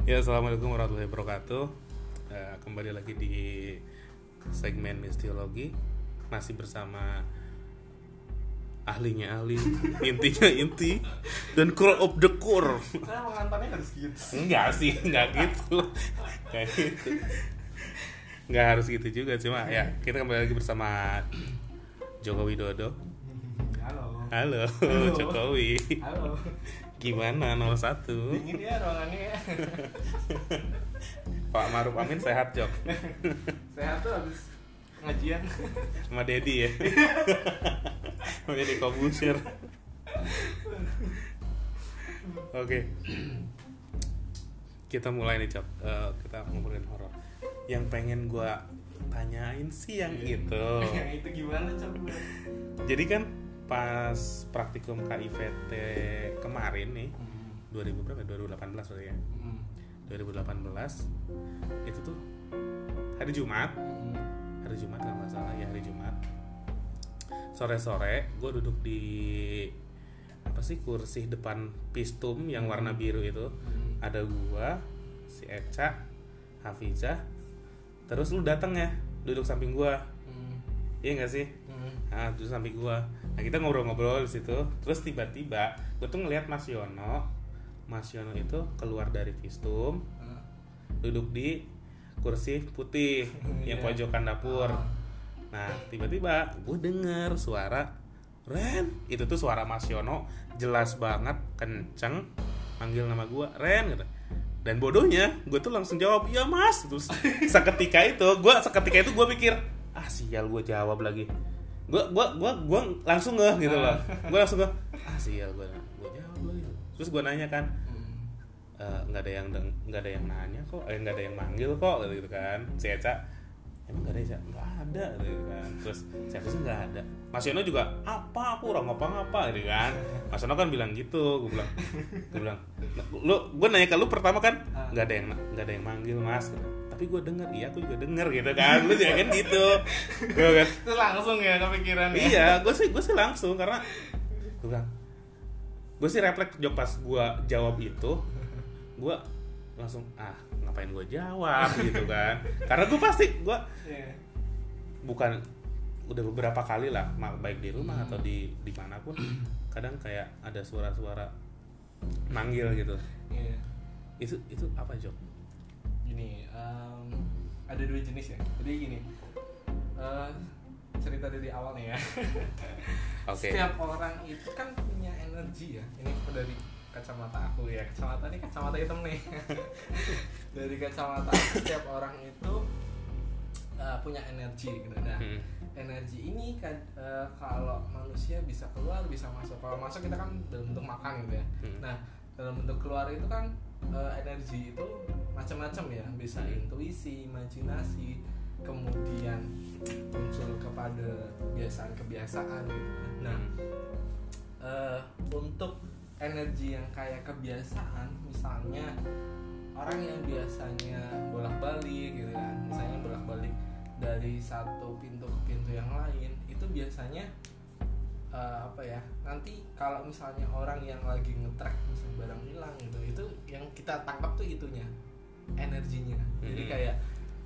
Ya, assalamualaikum warahmatullahi wabarakatuh. Kembali lagi di segmen Mistiologi, masih bersama ahlinya ahli, intinya inti, dan core of the core. Nah, pengantarnya harus gitu. Enggak sih, enggak gitu. Kayak gitu. Enggak harus gitu juga, cuma ya kita kembali lagi bersama Joko Widodo. Halo. Halo, Jokowi. Halo. Gimana 01? Dingin ya ruangannya. Pak Maruf Amin sehat, Jok? Sehat tuh habis pengajian. Sama Dedi ya. Sama Dedi Kobusir. Oke. Kita mulai nih, Cok. Kita ngobrolin horor. Yang pengen gua tanyain sih yang itu. Yang itu gimana coba? Jadi kan pas praktikum KIVT kemarin nih, 2018 berarti ya. 2018 itu tuh hari Jumat kalau nggak salah ya, hari Jumat sore-sore gue duduk di apa sih, kursi depan Pistum yang warna biru itu. Ada gua, si Eca, Hafizah, terus lu dateng ya duduk samping gua. Iya nggak sih? Nah, duduk samping gua. Nah, kita ngobrol-ngobrol di situ. Terus tiba-tiba gua tuh ngelihat Mas Yono itu keluar dari Pistum, duduk di kursi putih yang pojokan dapur. Nah, tiba-tiba gue denger suara Ren. Itu tuh suara Mas Yono, jelas banget, kenceng, manggil nama gue, Ren gitu. Dan bodohnya gue tuh langsung jawab, iya Mas. Terus seketika itu gue pikir, sial, gue jawab lagi. Gue langsung ngeh gitu loh. Gue langsung ngeh, sial, gue jawab lagi. Terus gue nanya kan, nggak ada yang nanya kok, nggak ada yang manggil kok gitu kan. Si Eca, emang nggak ada ya? Nggak ada gitu kan. Terus siapa sih nggak ada? Mas Yono juga, apa aku orang ngapa gitu kan. Mas Yono kan bilang gitu. Gue bilang, gue nanya ke lu pertama kan, nggak ada yang manggil Mas gitu. Tapi gue denger, iya aku juga denger gitu kan. Lu juga kan gitu. Gue kan, Itu langsung ya kepikiran ya. iya, gue sih langsung, karena gue bilang, gue sih refleks jawab. Pas gue jawab itu, gue langsung ngapain gue jawab gitu kan. Karena gue pasti bukan, udah beberapa kali lah, baik di rumah atau di manapun, kadang kayak ada suara-suara manggil gitu. Itu apa, Jok? Gini, ada dua jenis ya. Jadi gini, cerita dari awal nih ya. Okay. Setiap orang itu kan punya energi ya. Ini dari kacamata aku ya. Kacamata ini kacamata hitam nih. Dari kacamata aku, setiap orang itu punya energi gitu. Nah, energi ini kan kalau manusia bisa keluar, bisa masuk. Kalau masuk kita kan dalam bentuk makan gitu ya. Nah, dalam bentuk keluar itu kan energi itu macam-macam ya. Bisa intuisi, imajinasi, kemudian muncul kepada kebiasaan-kebiasaan gitu. Nah, untuk energi yang kayak kebiasaan, misalnya orang yang biasanya bolak-balik gitu kan, misalnya bolak-balik dari satu pintu ke pintu yang lain, itu biasanya nanti kalau misalnya orang yang lagi nge-track misalnya barang hilang gitu, itu yang kita tangkap tuh itunya, energinya. Jadi kayak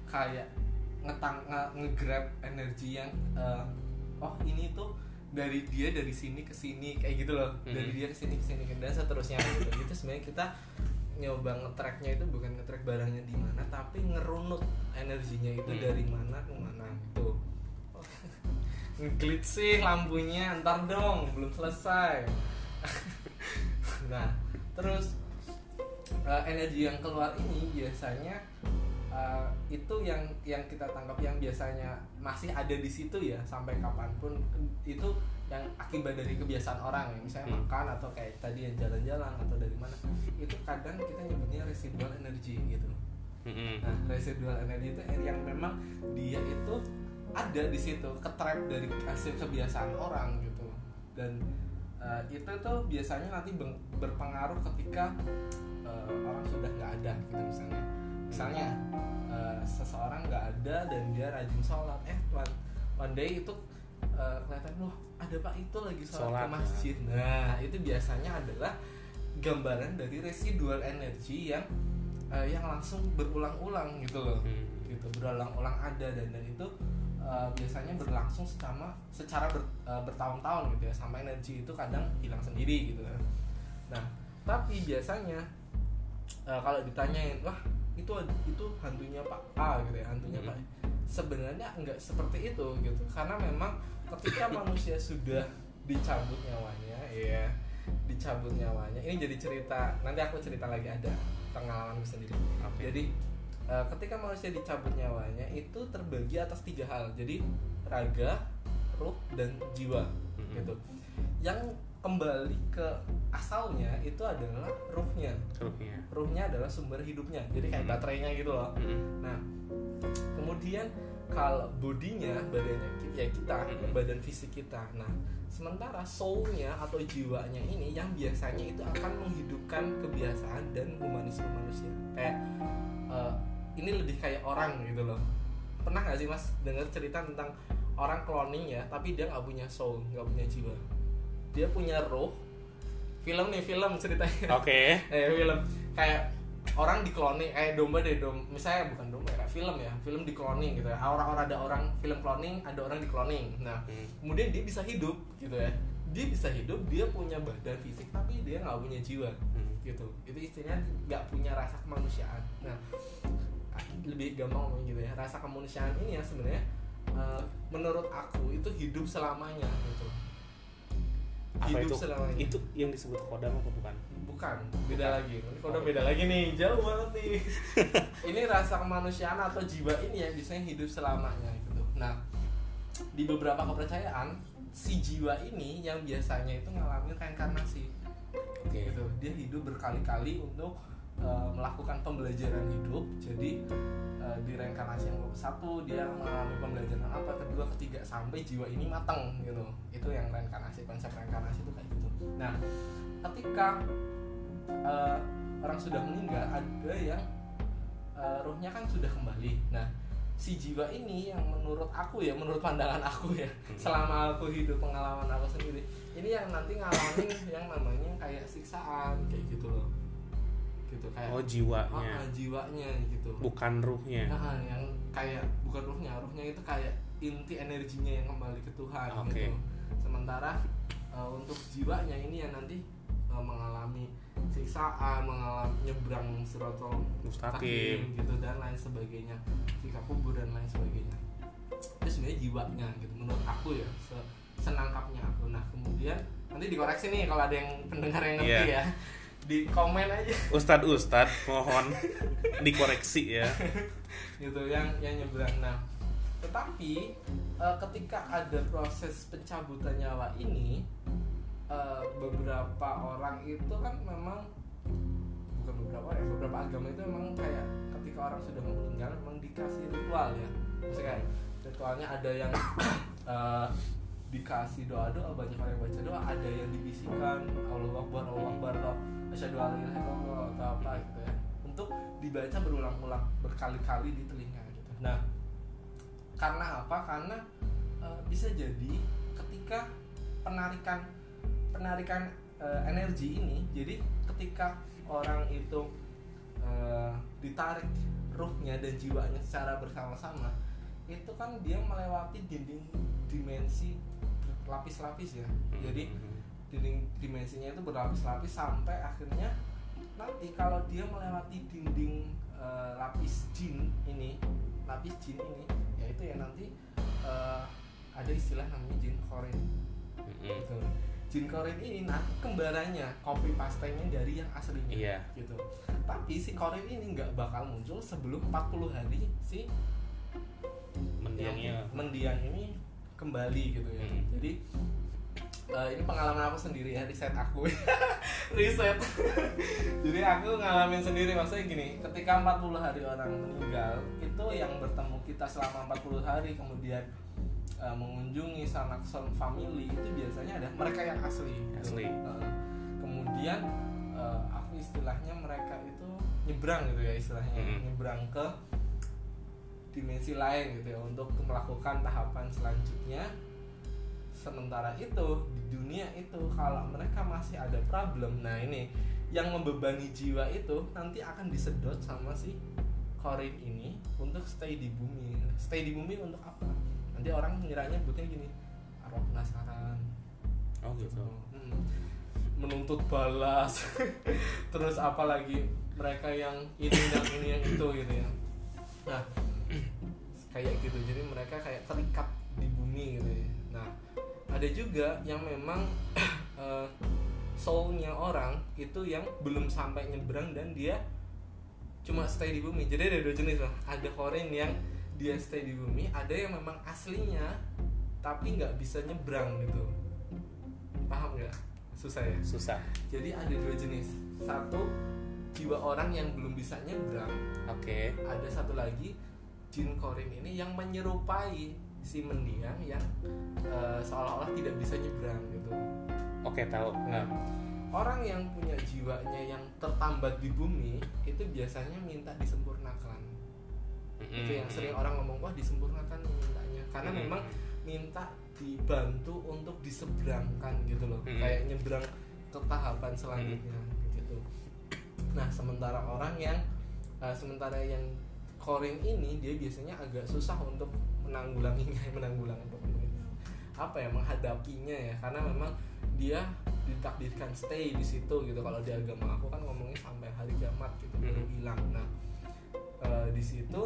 nge-grab energi yang ini tuh dari sini ke sini kayak gitu loh. Dari dia ke sini dan seterusnya gitu. Itu sebenarnya kita nyoba nge-tracknya itu bukan nge-track barangnya di mana, tapi ngerunut energinya itu dari mana ke mana gitu. Ngeglitch sih lampunya, ntar dong, belum selesai. Nah, terus energi yang keluar ini biasanya itu yang kita tangkap, yang biasanya masih ada di situ ya sampai kapanpun, itu yang akibat dari kebiasaan orang ya, misalnya makan atau kayak tadi yang jalan-jalan atau dari mana, itu kadang kita nyebutnya residual energy gitu. Nah, residual energy itu yang memang dia itu ada di situ, ketrap dari hasil kebiasaan orang gitu. Dan itu tuh biasanya nanti berpengaruh ketika orang sudah nggak ada gitu. Misalnya seseorang nggak ada dan dia rajin sholat, one day itu kelihatan, loh ada pak itu lagi sholat ke masjid. Nah, itu biasanya adalah gambaran dari residual energi yang yang langsung berulang-ulang gitu loh. Gitu, berulang-ulang ada dan itu biasanya berlangsung secara bertahun-tahun gitu ya, sampai energi itu kadang hilang sendiri gitu. Nah, tapi biasanya kalau ditanyain, wah itu hantunya Pak A gitu ya, hantunya Pak, sebenarnya enggak seperti itu gitu, karena memang ketika manusia sudah dicabut nyawanya, ini jadi cerita, nanti aku cerita lagi, ada pengalamanku sendiri. Jadi ketika manusia dicabut nyawanya itu terbagi atas 3 hal, jadi raga, ruh, dan jiwa gitu. Yang kembali ke asalnya itu adalah ruhnya adalah sumber hidupnya, jadi kayak baterainya gitu loh. Nah, kemudian kalau bodinya, badannya kita, badan fisik kita. Nah, sementara soulnya atau jiwanya ini yang biasanya itu akan menghidupkan kebiasaan dan humanisme manusia. Kayak ini lebih kayak orang gitu loh. Pernah nggak sih Mas dengar cerita tentang orang cloning ya, tapi dia nggak punya soul, nggak punya jiwa, dia punya roh. Film ceritanya. Oke. Film kayak orang di cloning, domba, misalnya bukan domba ya, film di cloning gitu ya. Ada orang film cloning, ada orang di cloning. Nah, kemudian dia bisa hidup gitu ya. Dia bisa hidup, dia punya badan fisik tapi dia nggak punya jiwa gitu. Itu istilahnya nggak punya rasa kemanusiaan. Nah, lebih gampang ngomong gitu ya, rasa kemanusiaan ini ya sebenarnya menurut aku itu hidup selamanya gitu. Apa hidup itu? Selamanya. Itu yang disebut kodam apa bukan? Bukan, beda lagi. Kodam beda lagi nih, jauh banget nih. Ini rasa kemanusiaan atau jiwa ini ya biasanya hidup selamanya gitu. Nah, di beberapa kepercayaan si jiwa ini yang biasanya itu ngalamin reinkarnasi. Gitu. Dia hidup berkali-kali untuk melakukan pembelajaran hidup. Jadi di reinkarnasi yang satu dia mengalami pembelajaran apa, kedua, ketiga, sampai jiwa ini matang gitu. Itu yang reinkarnasi, konsep reinkarnasi itu kayak gitu. Nah, ketika orang sudah meninggal, ada yang ruhnya kan sudah kembali. Nah, si jiwa ini yang menurut aku ya, menurut pandangan aku ya, selama aku hidup, pengalaman aku sendiri, ini yang nanti ngalamin yang namanya kayak siksaan kayak gitu loh. Gitu, kayak jiwanya gitu, bukan ruhnya. Yang kayak bukan ruhnya itu kayak inti energinya yang kembali ke Tuhan gitu. Sementara untuk jiwanya ini yang nanti mengalami siksaan, mengalami nyebrang Siratal Mustaqim gitu dan lain sebagainya, siksa kubur dan lain sebagainya. Itu sebenarnya jiwanya gitu menurut aku ya, senangkapnya aku. Nah, kemudian nanti dikoreksi nih kalau ada yang pendengar yang ngerti ya, di komen aja. Ustadz mohon dikoreksi ya. Gitu yang nyebrang. Nah, tetapi ketika ada proses pencabutan nyawa ini, beberapa orang itu kan memang beberapa agama itu memang kayak ketika orang sudah meninggal memang dikasih ritual ya. Maksudnya kayak ritualnya ada yang dikasih doa-doa, banyak orang yang baca doa, ada yang dibisikkan Allahu Akbar atau asyhadu alla ilaha illallah atau apa gitu ya, untuk dibaca berulang-ulang berkali-kali di telinga gitu. Nah, karena apa? Karena bisa jadi ketika penarikan energi ini, jadi ketika orang itu ditarik ruhnya dan jiwanya secara bersama-sama, itu kan dia melewati dinding dimensi berlapis-lapis ya. Jadi dinding dimensinya itu berlapis-lapis sampai akhirnya nanti kalau dia melewati dinding lapis jin ini, yaitu ya nanti ada istilah namanya jin korin. Gitu. Jin korin ini nanti kembarannya, copy paste-nya dari yang aslinya. Gitu. Tapi si korin ini nggak bakal muncul sebelum 40 hari si mendiang ini kembali gitu ya. Jadi ini pengalaman aku sendiri ya, riset aku. Jadi aku ngalamin sendiri, maksudnya gini, ketika 40 hari orang meninggal, itu yang bertemu kita selama 40 hari kemudian mengunjungi sanak family, itu biasanya ada mereka yang asli. Kemudian aku istilahnya mereka itu nyebrang gitu ya, istilahnya nyebrang ke dimensi lain gitu ya, untuk melakukan tahapan selanjutnya. Sementara itu di dunia itu kalau mereka masih ada problem, nah ini yang membebani jiwa itu nanti akan disedot sama si korin ini untuk stay di bumi. Stay di bumi untuk apa? Nanti orang mengiranya nyebutnya gini, arwah penasaran. Oh gitu. Menuntut balas. Terus apalagi mereka yang ini yang itu gitu ya. Nah, kayak gitu. Jadi mereka kayak terikat di bumi gitu ya. Nah, ada juga yang memang soulnya orang itu yang belum sampai nyebrang dan dia cuma stay di bumi. Jadi ada dua jenis loh. Ada korin yang dia stay di bumi, ada yang memang aslinya tapi nggak bisa nyebrang gitu. Paham nggak? Susah ya? Susah. Jadi ada dua jenis. Satu, jiwa orang yang belum bisa nyebrang. Oke. Ada satu lagi, jin korin ini yang menyerupai si mendiang yang seolah-olah tidak bisa nyebrang gitu. Oke, tahu. Nah, orang yang punya jiwanya yang tertambat di bumi itu biasanya minta disempurnakan. Itu yang sering orang ngomong, wah disempurnakan mintanya. Karena memang minta dibantu untuk diseberangkan gitu loh. Kayak nyebrang ke tahapan selanjutnya gitu. Nah, sementara yang korin ini dia biasanya agak susah untuk menghadapinya ya, karena memang dia ditakdirkan stay di situ gitu. Kalau di agama aku kan ngomongnya sampai hari kiamat gitu baru hilang. Nah, di situ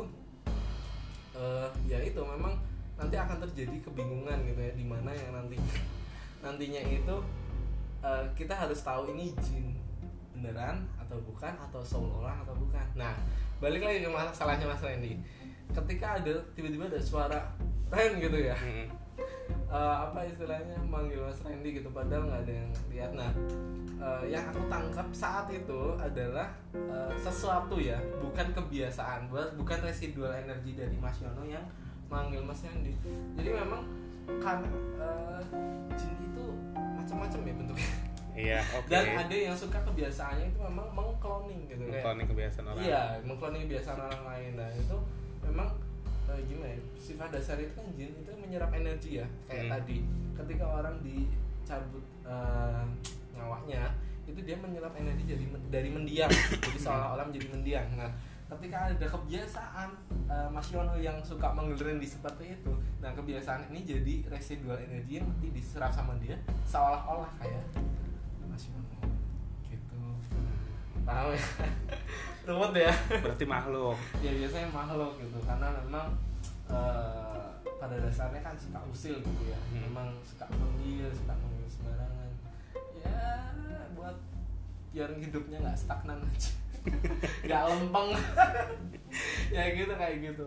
ya itu memang nanti akan terjadi kebingungan gitu ya, di mana yang nantinya itu kita harus tahu ini jin beneran atau bukan, atau soul orang atau bukan. Nah, balik lagi ke masalahnya Mas Randy. Ketika ada tiba-tiba ada suara Ren gitu ya, apa istilahnya manggil Mas Randy gitu, padahal nggak ada yang lihat. Nah, yang aku tangkap saat itu adalah sesuatu ya, bukan kebiasaan, bukan residual energi dari Mas Yono yang manggil Mas Randy. Jadi memang kan jin itu macam-macam ya bentuknya. Iya, oke. Dan ada yang suka kebiasaannya itu memang mengkloning gitu, mengkloning kebiasaan orang. Iya, mengkloning kebiasaan orang lain. Nah, itu memang gimana ya? Sifat dasar itu kan jin itu menyerap energi ya. Kayak tadi, ketika orang dicabut nyawanya, itu dia menyerap energi dari mendiang. Jadi seolah-olah menjadi mendiang. Nah, ketika ada kebiasaan Mas Yono yang suka manggil Randy seperti itu, nah kebiasaan ini jadi residual energi yang nanti diserap sama dia seolah-olah kayak Mas Yono gitu. Paham ya? Rumit ya? Berarti makhluk. Ya biasanya makhluk gitu, karena memang pada dasarnya kan suka usil gitu ya. Memang suka manggil sembarangan. Ya buat biar hidupnya nggak stagnan aja. Nggak lempeng. Ya gitu, kayak gitu.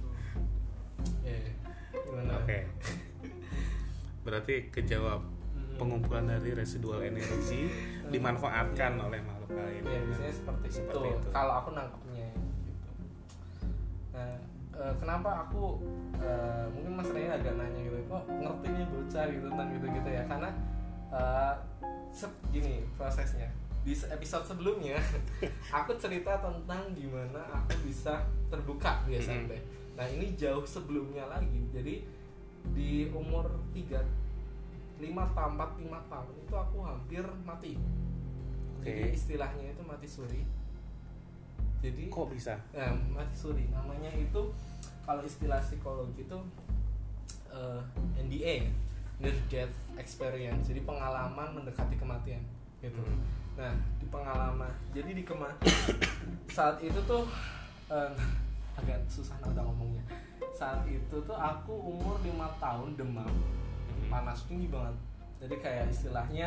Gimana? Oke. Berarti kejawab, pengumpulan dari residual energi dimanfaatkan oleh makhluk lain. Ya biasanya seperti itu. Kalau aku nangkepnya gitu. Nah, kenapa aku mungkin Mas Raya agak nanya gitu, kok ngerti nih bocah gitu tentang gitu-gitu ya? Karena gini prosesnya. Di episode sebelumnya aku cerita tentang gimana aku bisa terbuka di SMP. Nah, ini jauh sebelumnya lagi. Jadi di umur 5 tahun itu aku hampir mati. Jadi istilahnya itu mati suri. Jadi kok bisa? Mati suri namanya itu kalau istilah psikologi itu NDA, near death experience. Jadi pengalaman mendekati kematian gitu. Nah, di pengalaman, jadi saat itu tuh agak susah udah ngomongnya. Saat itu tuh aku umur 5 tahun, demam, panas tinggi banget. Jadi kayak istilahnya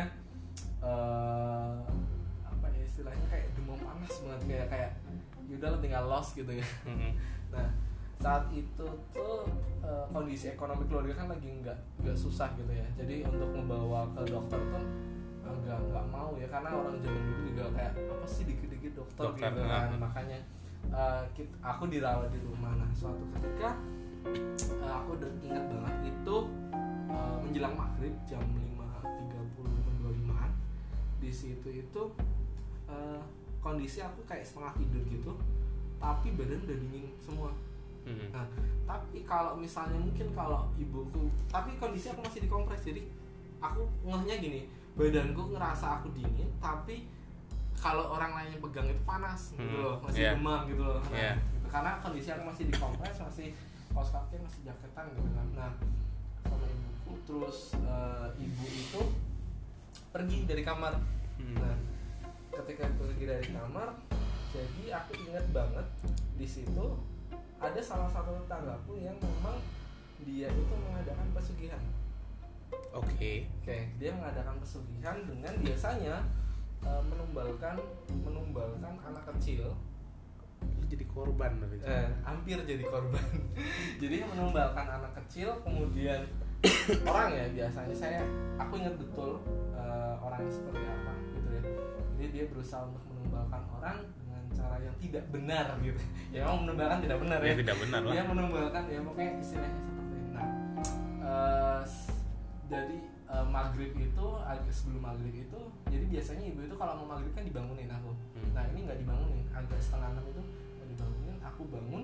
apa ya istilahnya, kayak demam panas banget, kayak yaudah lo tinggal lost gitu ya. Nah, saat itu tuh kondisi ekonomi keluarga kan lagi nggak susah gitu ya. Jadi untuk membawa ke dokter tuh agak nggak mau ya, karena orang zaman dulu juga kayak apa sih dikit-dikit dokter gitu kan. Makanya aku dirawat di rumah. Nah, suatu ketika aku udah ingat banget itu menjelang maghrib jam 5.30-5.25an. Di situ itu kondisi aku kayak setengah tidur gitu, tapi badan udah dingin semua. Nah, tapi kalau misalnya mungkin kalau ibuku, tapi kondisi aku masih dikompres, jadi aku ngehnya gini, badanku ngerasa aku dingin, tapi kalau orang lain yang pegang itu panas gitu loh, masih demam gitu loh. Nah, gitu. Karena kondisi aku masih dikompres, masih kaos kaki, masih jaketan gitu kan. Nah, sama ibuku, terus ibu itu pergi dari kamar. Nah, ketika pergi dari kamar, jadi aku ingat banget di situ ada salah satu tetanggaku yang memang dia itu mengadakan pesugihan. Oke, dia mengadakan pesugihan dengan biasanya menumbalkan anak kecil. jadi korban tapi hampir jadi korban. Jadi menumbalkan anak kecil, kemudian orang ya biasanya aku ingat betul orangnya seperti apa gitu ya. Jadi dia berusaha untuk menumbalkan orang dengan cara yang tidak benar gitu. Ya memang menumbalkan tidak benar ya. Tidak benar lah. Dia menumbalkan ya pokoknya istilahnya seperti itu. Nah, jadi maghrib itu agak sebelum maghrib itu, jadi biasanya ibu itu kalau mau maghrib kan dibangunin aku. Nah ini nggak dibangunin, agak 5:30 itu nggak dibangunin. Aku bangun,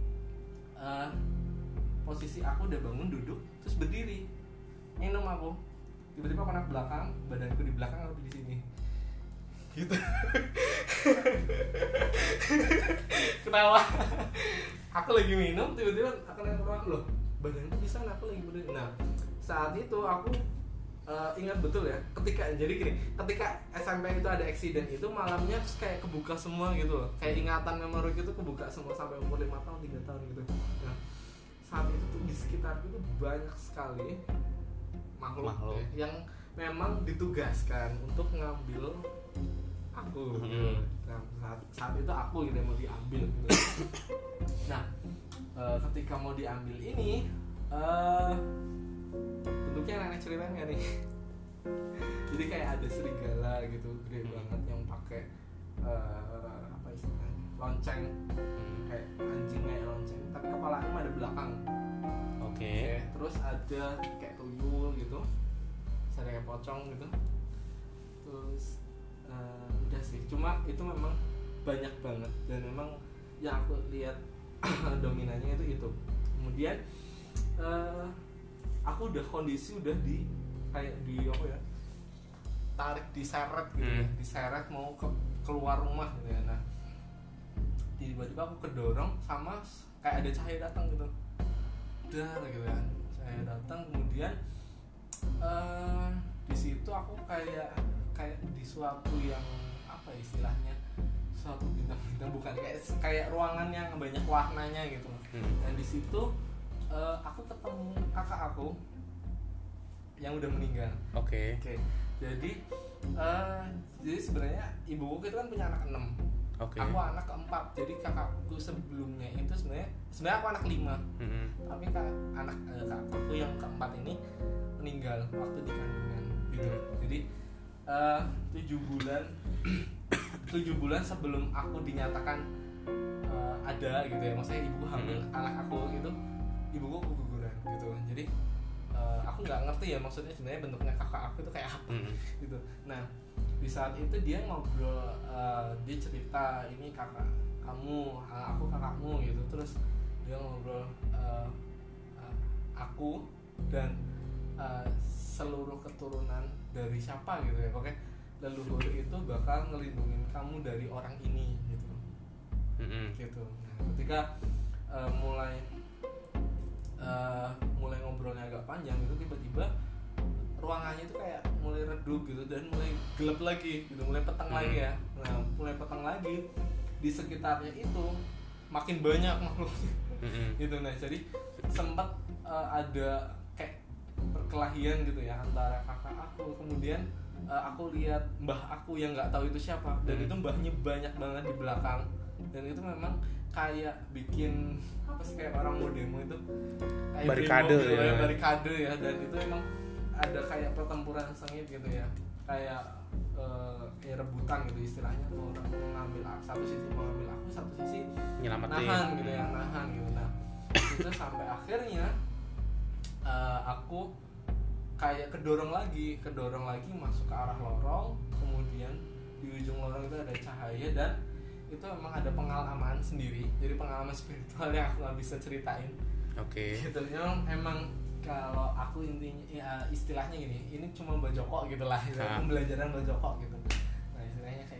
posisi aku udah bangun duduk, terus berdiri minum aku. Tiba-tiba aku naik belakang, badanku di belakang, aku di sini. Gitu. Kenapa? Aku lagi minum, tiba-tiba aku naik belakang, loh badanku di sana, aku lagi berdiri. Nah saat itu aku ingat betul ya, ketika SMP itu ada eksiden itu malamnya terus kayak kebuka semua gitu loh, kayak ingatan memori itu kebuka semua sampai umur 5 tahun 3 tahun gitu. Nah saat itu tuh di sekitarku itu banyak sekali makhluk. Ya, yang memang ditugaskan untuk ngambil aku gitu. Nah, saat itu aku gitu mau diambil gitu. Nah ketika mau diambil ini bentuknya nenek ceritanya nih. Jadi kayak ada serigala gitu gede banget yang pakai apa istilahnya, lonceng, kayak anjing kayak lonceng, tapi kepalanya ada belakang. Oke. Terus ada kayak tuyul gitu, terus ada kayak pocong gitu. Terus udah sih, cuma itu memang banyak banget dan memang yang aku lihat dominannya itu. Kemudian aku udah kondisi udah di kayak di apa ya, tarik diseret gitu ya, diseret mau keluar rumah gitu ya. Nah tiba-tiba aku kedorong sama kayak ada cahaya datang gitu, dar gitu kan, cahaya datang. Kemudian di situ aku kayak di suatu yang apa istilahnya, suatu bintang-bintang, bukan kayak ruangan yang banyak warnanya gitu. Dan di situ aku ketemu kakak aku yang udah meninggal. Oke. Jadi sebenarnya ibuku itu kan punya anak 6. Aku anak keempat. Jadi kakakku sebelumnya itu sebenarnya aku anak 5. Tapi kakakku yang keempat ini meninggal waktu di kandungan gitu. Jadi 7 bulan sebelum aku dinyatakan ada gitu ya, maksudnya ibuku hamil anak aku gitu, ibuku keguguran gitu. Jadi aku nggak ngerti ya maksudnya sebenarnya bentuknya kakak aku itu kayak apa gitu. Nah di saat itu dia ngobrol, dia cerita ini kakak kamu, aku kakakmu gitu. Terus dia ngobrol aku dan seluruh keturunan dari siapa gitu ya, pokoknya leluhur itu bakal ngelindungin kamu dari orang ini gitu. Gitu. Nah, ketika mulai ngobrolnya agak panjang gitu, tiba-tiba ruangannya itu kayak mulai redup gitu dan mulai gelap lagi gitu, mulai petang lagi ya. Nah mulai petang lagi, di sekitarnya itu makin banyak makhluknya gitu. Nah jadi sempat ada kayak perkelahian gitu ya antara kakak aku. Kemudian aku lihat mbah aku yang nggak tahu itu siapa, dan itu mbahnya banyak banget di belakang, dan itu memang kayak bikin apa sih, kayak orang mau demo itu kayak barikade gitu, ya. Barikade ya. Dan itu emang ada kayak pertempuran sengit gitu ya, kayak rebutan gitu istilahnya, tuh orang mengambil satu sisi mengambil aku, satu sisi nyelamatin, nahan gitu ya, nahan gitu. Nah itu sampai akhirnya aku kayak kedorong lagi masuk ke arah lorong. Kemudian di ujung lorong itu ada cahaya, dan itu memang ada pengalaman sendiri, jadi pengalaman spiritual yang aku nggak bisa ceritain. Gitu. Emang kalau aku intinya ya, istilahnya gini, ini cuma bajoko gitu lah, pembelajaran bajoko gitu. Nah istilahnya kayak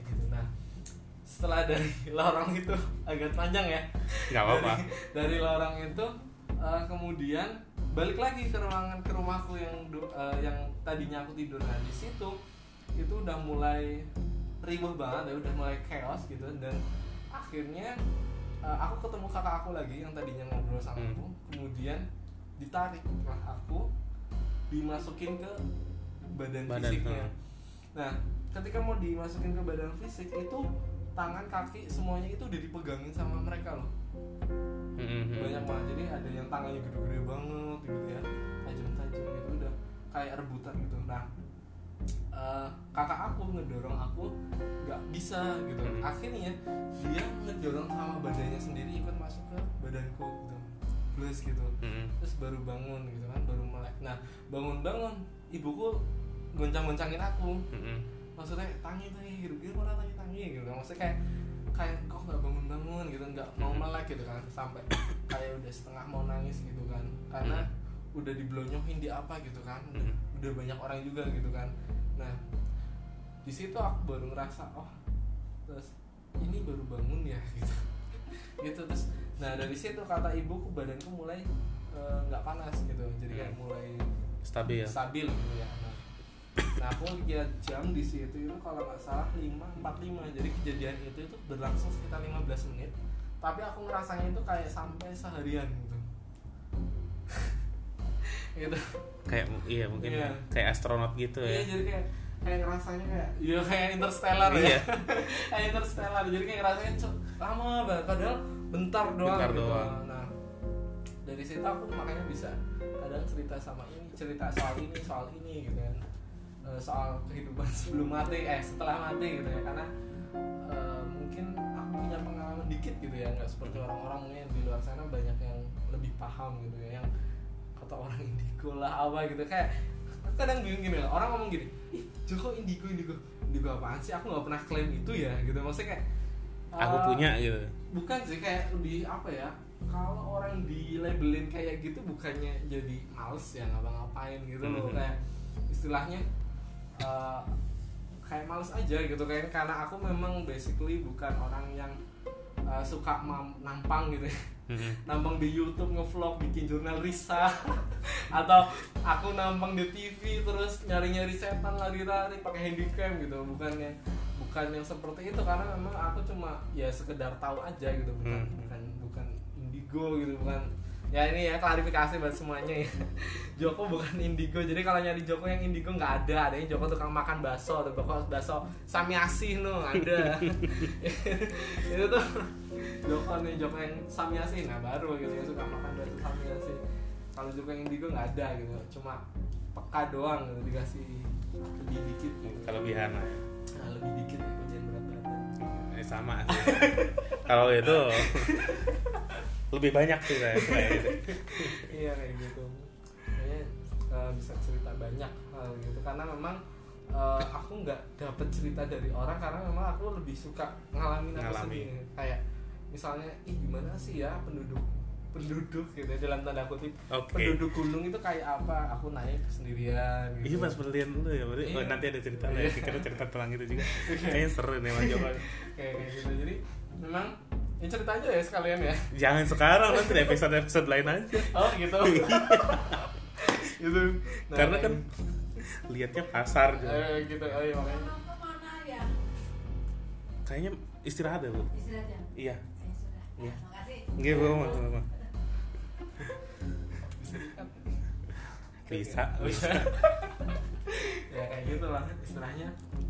gitu. Nah setelah dari lorong itu agak panjang ya, Nggak apa-apa. dari lorong itu kemudian balik lagi ke rumahku yang tadinya aku tidur. Nah di situ itu udah mulai riuh banget ya, udah mulai chaos gitu. Dan akhirnya aku ketemu kakak aku lagi yang tadinya ngobrol sama aku, kemudian ditarik lah aku, dimasukin ke badan fisiknya. Nah ketika mau dimasukin ke badan fisik itu tangan kaki semuanya itu udah dipegangin sama mereka loh. Banyak banget, jadi ada yang tangannya gede-gede banget gitu ya, tajam-tajam gitu, udah kayak rebutan gitu. Nah kakak aku ngedorong aku nggak bisa gitu. Akhirnya dia ngedorong sama badannya sendiri ikut masuk ke badanku gitu, plus gitu. Terus baru bangun gitu kan, baru melek. Nah bangun ibuku goncang-goncangin aku, maksudnya tangi gitu, mana tangi gitu. Maksudnya kayak kok nggak bangun gitu, nggak mau melek gitu kan, sampai kayak udah setengah mau nangis gitu kan, karena udah diblonyohin di apa gitu kan, udah banyak orang juga gitu kan. Nah di situ aku baru ngerasa terus ini baru bangun ya gitu. Gitu terus. Nah dari situ kata ibuku badanku mulai nggak panas gitu, jadi kayak mulai stabil gitu ya. Nah aku lihat jam di situ itu kalau nggak salah 5:45, jadi kejadian itu berlangsung sekitar 15 menit, tapi aku ngerasanya itu kayak sampai seharian gitu. Gitu. Kayak iya mungkin kayak astronot gitu ya. Iya, jadi kayak ngerasanya kayak Interstellar ya. Kayak Interstellar, jadi kayak ngerasanya lama banget padahal bentar doang gitu. Nah dari situ aku makanya bisa kadang cerita soal ini gitu kan, soal kehidupan sebelum mati, setelah mati gitu ya, karena mungkin aku punya pengalaman dikit gitu ya, nggak seperti orang-orang mungkin di luar sana banyak yang lebih paham gitu ya, yang kata orang indigo lah apa gitu. Kayak kadang bingung gini lah, orang ngomong gini, ih Joko indigo apaan sih, aku nggak pernah klaim itu ya gitu. Maksudnya kayak aku punya gitu. Bukan sih, kayak lebih apa ya, kalau orang di labelin kayak gitu bukannya jadi males ya ngapa-ngapain gitu loh. Kayak istilahnya kayak males aja gitu, kayak karena aku memang basically bukan orang yang suka nampang gitu ya. Nampang di YouTube ngevlog bikin jurnal Risa atau aku nampang di TV terus nyari-nyari setan lari-lari pakai handycam gitu, bukan yang seperti itu, karena memang aku cuma ya sekedar tahu aja gitu, bukan indigo gitu, bukan. Ya ini ya klarifikasi buat semuanya ya. Joko bukan indigo. Jadi kalau nyari Joko yang indigo nggak ada. Adanya Joko tukang makan bakso, bakso Samiasih ada. Itu tuh Joko yang Samiasih, nah baru gitu ya, suka makan bakso Samiasih. Kalau Joko yang indigo nggak ada gitu. Cuma peka doang gitu, dikasih lebih dikit gitu. Kelebihan lah. Nah, lebih dikit ya, ujian berat badan. Sama sih. Kalau itu lebih banyak sih kayak gitu. Iya kayak gitu. Kayaknya bisa cerita banyak hal gitu, karena memang aku nggak dapet cerita dari orang, karena memang aku lebih suka ngalamin aku sendiri. Kayak misalnya, gimana sih ya penduduk gitu ya, dalam tanda kutip. Penduduk gunung itu kayak apa, aku naik sendirian gitu. Iya pas berlian dulu ya, berarti nanti ada cerita lah. Kita cerita tentang itu juga. Kayaknya seru nih Mas Joko. Kayak gitu. Jadi memang ya cerita aja ya sekalian ya. Jangan sekarang, nanti episode lain aja. Oh gitu. Gitu. Nah, karena kan lihatnya pasar juga. Gitu. Oh iya makanya. Kemana ya? Kayaknya istirahat ya, Bu. Istirahat ya? Iya. Sudah. Iya. Makasih. Nggih, Bu, sama-sama. Bisa. Ya kayak gitu lah istilahnya.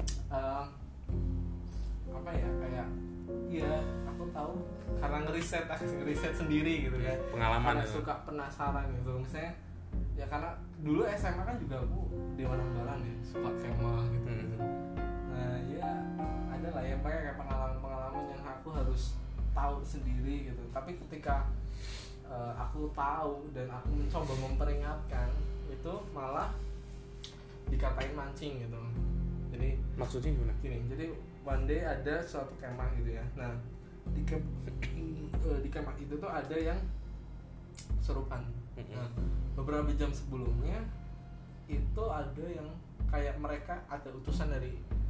Apa ya, kayak ya aku tahu karena ngeriset sendiri gitu kan, Pengalaman karena suka penasaran gitu. Misalnya ya karena dulu SMA kan juga aku di mana-mana ya, suka kemah gitu. Nah ya ada lah ya kayak pengalaman yang aku harus tahu sendiri gitu. Tapi ketika aku tahu dan aku mencoba memperingatkan, itu malah dikatain mancing gitu. Jadi Maksudnya gimana? gini, jadi one day ada suatu kemah gitu ya. Nah di kemah itu tuh ada yang serupan. Nah beberapa jam sebelumnya itu ada yang kayak mereka ada utusan dari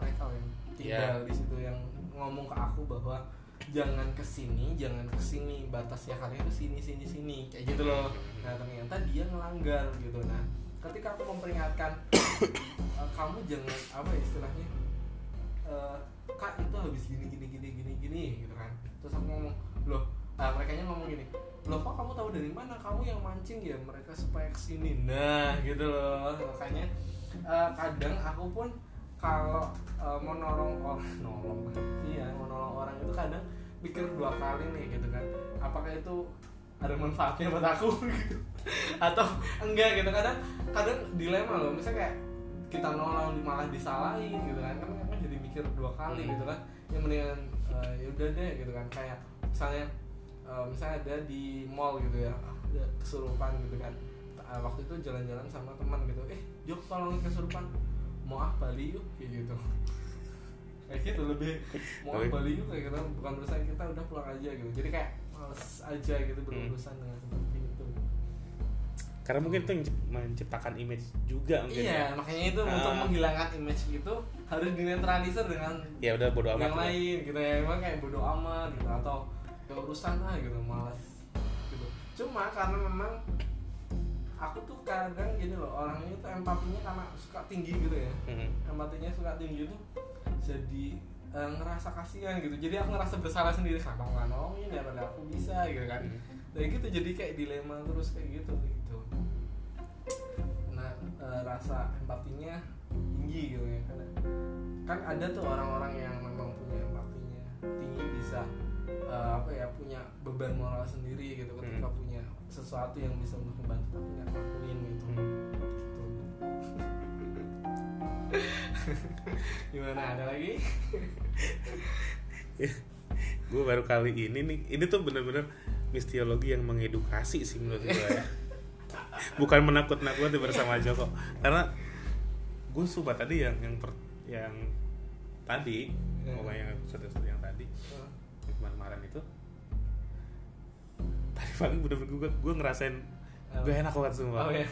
mereka yang tinggal di situ yang ngomong ke aku bahwa jangan kesini batasnya kalian tuh sini kayak gitu loh. Nah ternyata dia ngelanggar gitu. Nah ketika aku memperingatkan kamu jangan apa ya istilahnya kak itu habis gini gitu kan. Terus aku ngomong loh mereka ngomong gini, loh kok kamu tahu dari mana, kamu yang mancing ya mereka supaya kesini. Nah gitu loh. Makanya kadang aku pun kalau mau nolong orang itu kadang pikir 2 kali nih gitu kan, apakah itu ada manfaatnya buat aku gitu atau enggak gitu. Kadang dilema loh, misalnya kayak kita nolong malah disalahin gitu kan jadi mikir 2 kali gitu kan. Yang mendingan ya udah deh gitu kan. Kayak misalnya ada di mall gitu ya, ada kesurupan gitu kan. Waktu itu jalan-jalan sama teman gitu, Jok tolong kesurupan, mau Bali yuk kayak gitu. Kayak gitu lebih mau Bali yuk kayak gitu, bukan urusan kita, udah pulang aja gitu. Jadi kayak males aja gitu berurusan dengan seperti itu. Karena mungkin itu menciptakan image juga mungkin. Iya, makanya itu untuk menghilangkan image itu harus dinetralisir dengan ya udah bodo amat yang lain gitu ya. Emang kayak bodo amat gitu atau ya urusan gitu, malas gitu. Cuma karena memang aku tuh kadang gini loh, orangnya tuh empatinya karena suka tinggi gitu ya. Empatinya suka tinggi tuh jadi ngerasa kasihan gitu. Jadi aku ngerasa bersalah sendiri, kenapa nggak nolongin ya padahal aku bisa gitu kan. Dan gitu jadi kayak dilema terus kayak gitu. Nah rasa empatinya tinggi gitu ya. Kan ada tuh orang-orang yang memang punya empatinya tinggi, bisa punya beban moral sendiri gitu ketika punya sesuatu yang bisa untuk membantu tapi nggak ngelakuin gitu. Gimana, ada lagi? Gue baru kali ini tuh bener-bener mistiologi yang mengedukasi sih menurut gue ya. Bukan menakut-nakuti bersama Joko. Karena gue suka tadi yang tadi pokoknya yang tadi kemarin itu tadi pagi bener-bener gue ngerasain gue enak banget semua. Oh iya.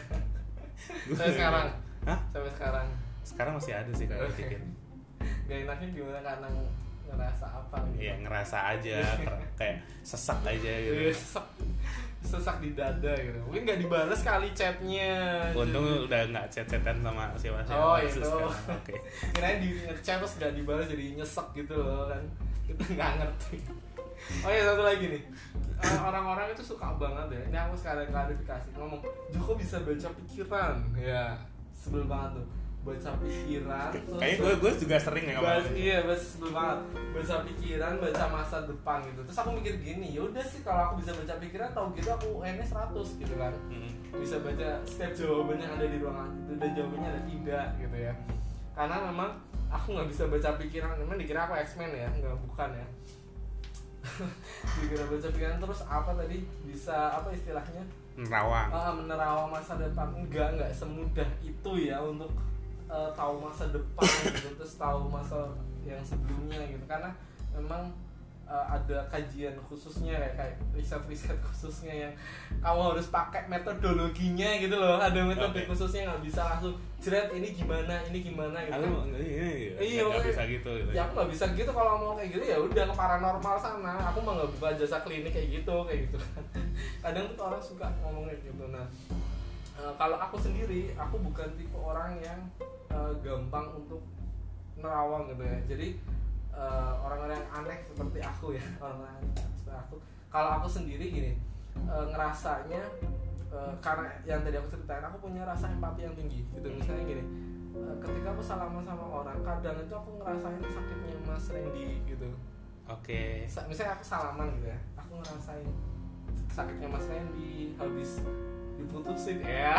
Sampai sekarang masih ada sih kayak dikit. Gak enaknya gimana, karena ngerasa apa gitu? Iya ngerasa aja kayak sesak aja gitu. Sesak di dada gitu. Mungkin nggak dibalas kali chatnya. Untung udah nggak chat-chatan sama siapa. Oh itu. Oke. Kirain di ngechat terus nggak dibalas jadi nyesek gitu loh kan. Kita nggak ngerti. Oh iya, satu lagi nih. Orang-orang itu suka banget ya. Ini aku sekarang klarifikasi ngomong, Joko bisa baca pikiran. Ya, sebel banget tuh. Baca pikiran. Kayaknya gue juga sering ya ngomong. Iya, sebel banget. Baca pikiran, baca masa depan gitu. Terus aku mikir gini, yaudah sih kalau aku bisa baca pikiran, tau gitu aku UN-nya 100 gitu kan. Bisa baca setiap jawaban yang ada di ruangan itu, dan jawabannya ada 3 gitu ya. Karena memang aku nggak bisa baca pikiran. Memang dikira aku X-Men ya, nggak, bukan ya. Dikira baca pikiran terus apa tadi, bisa apa istilahnya, menerawang masa depan. Enggak semudah itu ya untuk tahu masa depan gitu, terus tahu masa yang sebelumnya gitu. Karena memang ada kajian khususnya kayak riset khususnya yang kamu harus pakai metodologinya gitu loh. Ada metode khususnya, nggak bisa langsung jeret ini gimana gitu. Iya, nggak bisa gitu. Ya aku nggak bisa gitu. Kalau mau kayak gitu ya udah ke paranormal sana. Aku mah nggak buka jasa klinik kayak gitu kan. Kadang tuh orang suka ngomong kayak gitu. Nah kalau aku sendiri, aku bukan tipe orang yang gampang untuk nerawang gitu ya. Jadi orang-orang yang aneh seperti aku ya, orang-orang aneh seperti aku, kalau aku sendiri gini, ngerasanya karena yang tadi aku ceritain, aku punya rasa empati yang tinggi gitu. Misalnya gini, ketika aku salaman sama orang, kadang itu aku ngerasain sakitnya Mas Randy gitu. Oke. Misalnya aku salaman gitu ya, aku ngerasain sakitnya Mas Randy habis diputusin ya.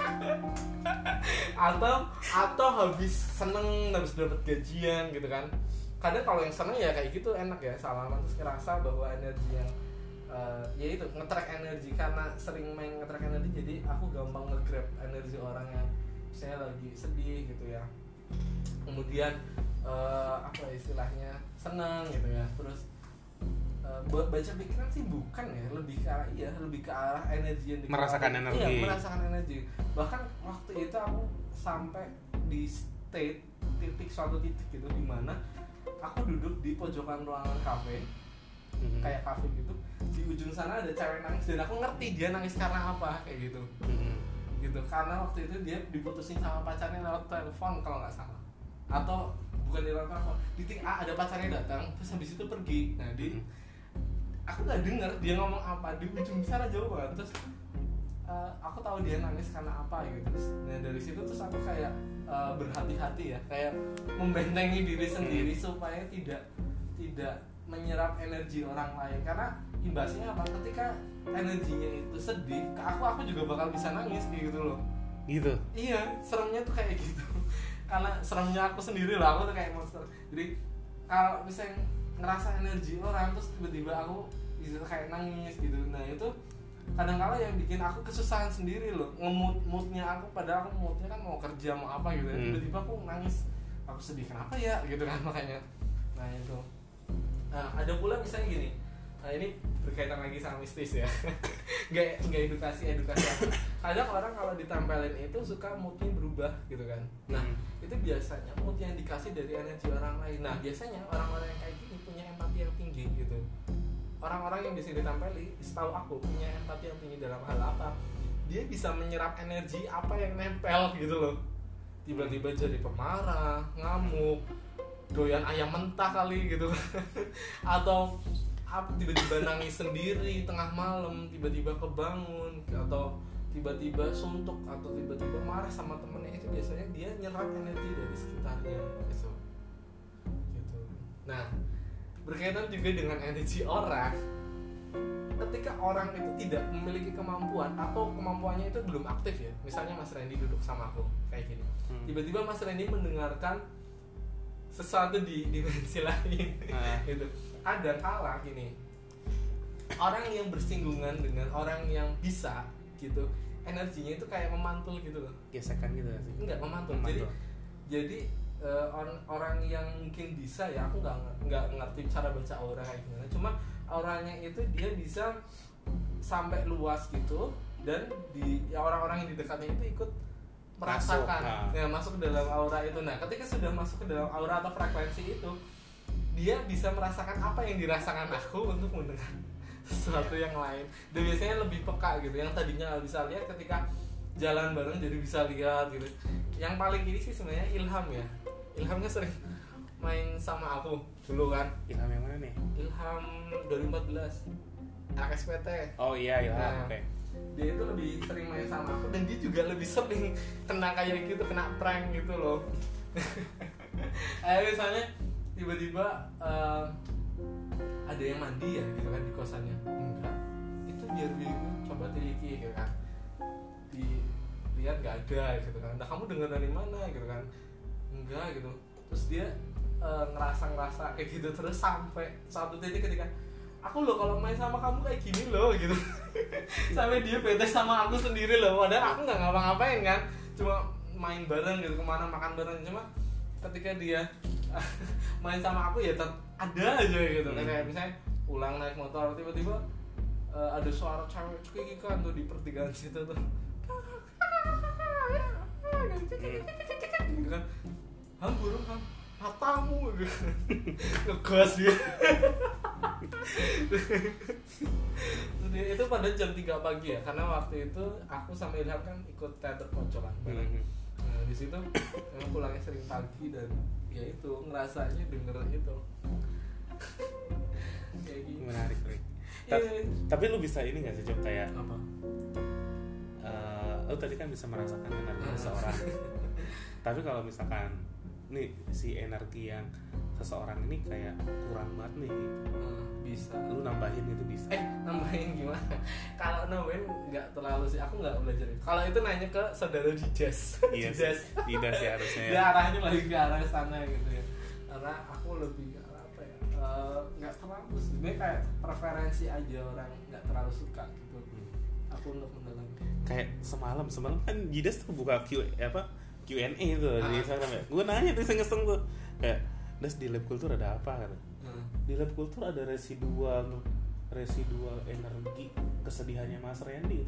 atau habis seneng, habis dapat gajian gitu kan. Kadang kalau yang seneng ya kayak gitu enak ya, salaman terus ngerasa bahwa energi yang ya itu nge-track energi, karena sering main nge-track energi jadi aku gampang nge-grab energi orang yang saya lagi sedih gitu ya. Kemudian apa istilahnya, seneng gitu ya. Terus buat baca pikiran sih bukan ya, lebih ke arah energi yang merasakan energi. Iya, merasakan energi. Bahkan waktu itu aku sampai di suatu titik gitu di mana aku duduk di pojokan ruangan kafe, kayak kafe gitu. Di ujung sana ada cewek nangis dan aku ngerti dia nangis karena apa kayak gitu. Gitu. Karena waktu itu dia diputusin sama pacarnya lewat telepon kalau nggak salah. Atau bukan di lewat telepon. Di titik A ada pacarnya datang, terus habis itu pergi. Nah, aku nggak dengar dia ngomong apa di ujung sana jauh banget. Terus aku tahu dia nangis karena apa gitu. Nah dari situ terus aku kayak berhati-hati ya, kayak membentengi diri sendiri supaya tidak menyerap energi orang lain. Karena imbasnya apa? Ketika energinya itu sedih, ke aku juga bakal bisa nangis kayak gitu loh. Gitu. Iya, seremnya tuh kayak gitu. Karena seremnya aku sendiri lah, aku tuh kayak monster. Jadi kalau misalnya ngerasa energi orang terus tiba-tiba aku bisa kayak nangis gitu. Nah itu kadang-kala yang bikin aku kesusahan sendiri loh, moodnya aku, padahal aku moodnya kan mau kerja mau apa gitu ya. Tiba-tiba aku nangis, aku sedih kenapa ya gitu kan makanya. Nah itu. Nah ada pula misalnya gini, nah ini berkaitan lagi sama mistis ya. nggak edukasi apa. Kadang orang kalau ditempelin itu suka moodnya berubah gitu kan. Nah itu biasanya mood yang dikasih dari energi orang lain. Nah biasanya orang-orang yang kayak gini punya empati yang tinggi gitu. Orang-orang yang bisa ditempeli, setahu aku punya empati yang tinggi dalam hal apa? Dia bisa menyerap energi apa yang nempel gitu loh. Tiba-tiba jadi pemarah, ngamuk, doyan ayam mentah kali gitu. Atau tiba-tiba nangis sendiri tengah malam, tiba-tiba kebangun, atau tiba-tiba suntuk, atau tiba-tiba marah sama temennya. Itu biasanya dia nyerap energi dari sekitarnya gitu. Nah berkaitan juga dengan energi orang, ketika orang itu tidak memiliki kemampuan atau kemampuannya itu belum aktif ya, misalnya Mas Randy duduk sama aku kayak gini, tiba-tiba Mas Randy mendengarkan sesuatu di dimensi lain, gitu. Ada kala gini, orang yang bersinggungan dengan orang yang bisa gitu, energinya itu kayak memantul gitu loh. Gesekan gitu sih? Enggak, memantul. Jadi orang yang mungkin bisa ya, aku nggak ngerti cara baca aura kayak gimana, cuma auranya itu dia bisa sampai luas gitu, dan orang-orang yang di dekatnya itu ikut merasakan masuk ke dalam aura itu. Nah ketika sudah masuk ke dalam aura atau frekuensi itu, dia bisa merasakan apa yang dirasakan aku untuk mendengar sesuatu yang lain, dan biasanya lebih peka gitu. Yang tadinya nggak bisa lihat, ketika jalan bareng jadi bisa lihat gitu. Yang paling ini sih sebenarnya Ilham ya. Ilhamnya sering main sama aku dulu kan. Ilham yang mana nih? Ilham 2014 anak SPT. Oh iya Ilham. Nah, okay. Dia itu lebih sering main sama aku, dan dia juga lebih sering kena kayak gitu, kena prank gitu loh. Misalnya tiba-tiba ada yang mandi ya gitu kan di kosannya. Enggak, itu biar coba teliti gitu kan, dilihat nggak ada gitu kan. Nah kamu dengar dari mana gitu kan? Enggak gitu. Terus dia ngerasa kayak gitu terus sampai suatu titik ketika aku loh kalau main sama kamu kayak gini loh gitu. Sampai dia bete sama aku sendiri loh, padahal aku nggak ngapa-ngapain kan, cuma main bareng gitu, kemana makan bareng. Cuma ketika dia main sama aku ya ada aja gitu. Kayak misalnya pulang naik motor, tiba-tiba ada suara cewek cekikikan tuh di pertigaan situ tuh, gitu kan. Ham burung ham, matamu gitu. Ngegas dia. Itu pada jam 3 pagi ya, karena waktu itu aku sama Ilham kan ikut teater pojokan. Nah di situ memang pulangnya sering pagi, dan ya itu ngerasanya denger itu. Kayak gitu. Menarik, Rick. Tapi lu bisa ini nggak sih, Jok, kayak apa? Lu tadi kan bisa merasakan energi seseorang. Tapi kalau misalkan nih si energi yang seseorang ini kayak kurang banget nih, bisa lu nambahin itu bisa. Nambahin gimana? Kalau nambahin nggak terlalu sih, aku nggak belajar itu. Kalau itu nanya ke saudara Didas. Iya Didas ya harusnya ya. Dia arahnya lagi ke arah sana gitu ya, karena aku lebih apa ya, nggak terlalu sebenarnya, kayak preferensi aja, orang nggak terlalu suka gitu. Aku untuk mendalami. Kayak semalam kan Didas tuh buka Q&A tuh di Instagram ya. Gue nanya tuh iseng-iseng tuh kayak, Das di lab kultur ada apa kan? Di lab kultur ada residual residual energi kesedihannya Mas Randy.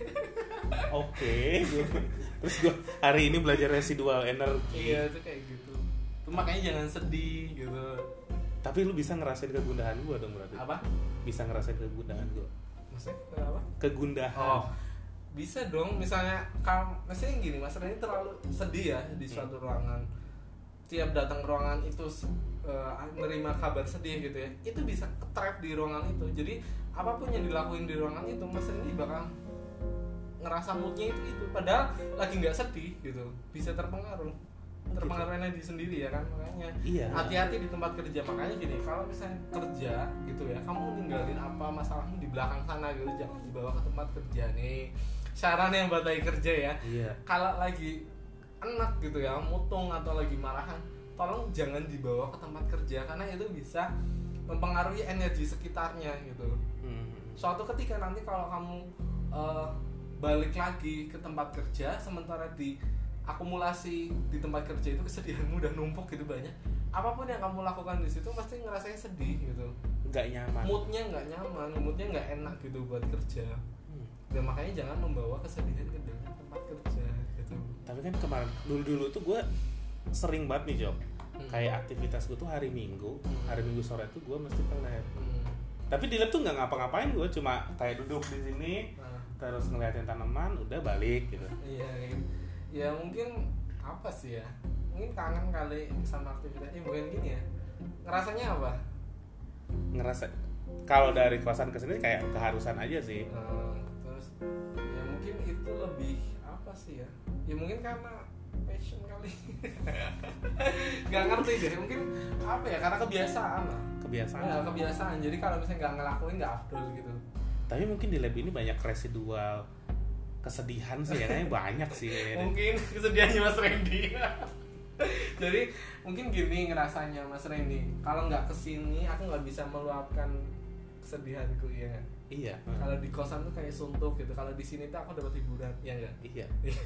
Oke, terus gue hari ini belajar residual energi. Iya, itu kayak gitu. Itu makanya jangan sedih gitu. Tapi lu bisa ngerasain kegundahan gue dong berarti. Apa? Bisa ngerasain kegundahan gue. Maksudnya apa? Kegundahan. Oh, bisa dong. Misalnya misalnya gini, Mas Randy terlalu sedih ya di suatu ruangan. Tiap datang ke ruangan itu menerima kabar sedih gitu ya, itu bisa ketrap di ruangan itu. Jadi apapun yang dilakuin di ruangan itu, Mas Randy bakal ngerasa moodnya itu. Padahal lagi nggak sedih gitu, bisa terpengaruh energi sendiri ya kan. Makanya hati-hati di tempat kerja. Makanya gini, kalau misalnya kerja gitu ya, kamu ninggalin apa masalahmu di belakang sana gitu, jangan dibawa ke tempat kerja nih. Saran yang buat lagi kerja ya. Kalau lagi enak gitu ya, mutung atau lagi marahan, tolong jangan dibawa ke tempat kerja karena itu bisa mempengaruhi energi sekitarnya gitu. Suatu ketika nanti kalau kamu balik lagi ke tempat kerja, sementara di akumulasi di tempat kerja itu kesedihanmu udah numpuk gitu banyak, apapun yang kamu lakukan di situ pasti ngerasain sedih gitu, nggak nyaman, moodnya nggak nyaman, moodnya nggak enak gitu buat kerja. Dan makanya jangan membawa kesedihan ke dalam tempat kerja gitu. Tapi kan kemarin dulu tuh gue sering banget nih Job, kayak aktivitas gue tuh hari Minggu sore tuh gue mesti ke lab. Tapi di lab tuh nggak ngapa-ngapain, gue cuma kayak duduk di sini terus ngeliatin tanaman, udah balik gitu. Iya, ya mungkin apa sih ya? Mungkin kangen kali sama aktivitasnya, bukan gini ya? Ngerasanya apa? Ngerasa kalau dari kosan ke sini kayak keharusan aja sih. Terus ya mungkin itu lebih apa sih ya? Ya mungkin karena passion kali. Gak ngerti deh, mungkin apa ya? Karena kebiasaan lah. Kebiasaan. Jadi kalau misalnya nggak ngelakuin nggak afdol gitu. Tapi mungkin di lab ini banyak residual kesedihan sih, kayaknya banyak sih. Mungkin kesedihannya Mas Randy. Jadi mungkin gini ngerasanya Mas Randy, kalau nggak kesini aku nggak bisa meluapkan kesedihanku ya. Iya. Kalau di kosan tuh kayak suntuk gitu, kalau di sini tuh aku dapat hiburan, ya enggak? Iya.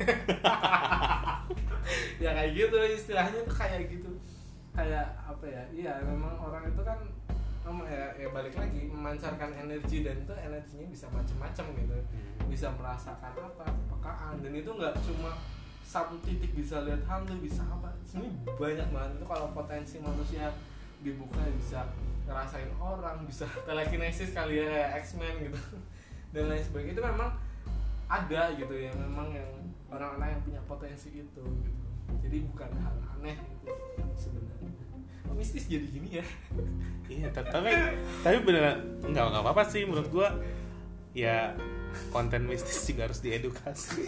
Ya kayak gitu istilahnya tuh kayak gitu. Kayak apa ya? Iya memang orang itu kan ya balik lagi memancarkan energi, dan itu energinya bisa macam-macam gitu. Bisa merasakan apa, kepekaan, dan itu nggak cuma satu titik, bisa lihat hantu, bisa apa, ini banyak banget. Itu kalau potensi manusia dibuka bisa ngerasain orang, bisa telekinesis kali ya, X-Men gitu dan lain sebagainya. Itu memang ada gitu ya, memang yang orang-orang yang punya potensi itu gitu. Jadi bukan hal aneh gitu sebenarnya. Mistis jadi gini ya. Iya, tapi beneran nggak apa-apa sih menurut gua. Ya konten mistis juga harus diedukasi.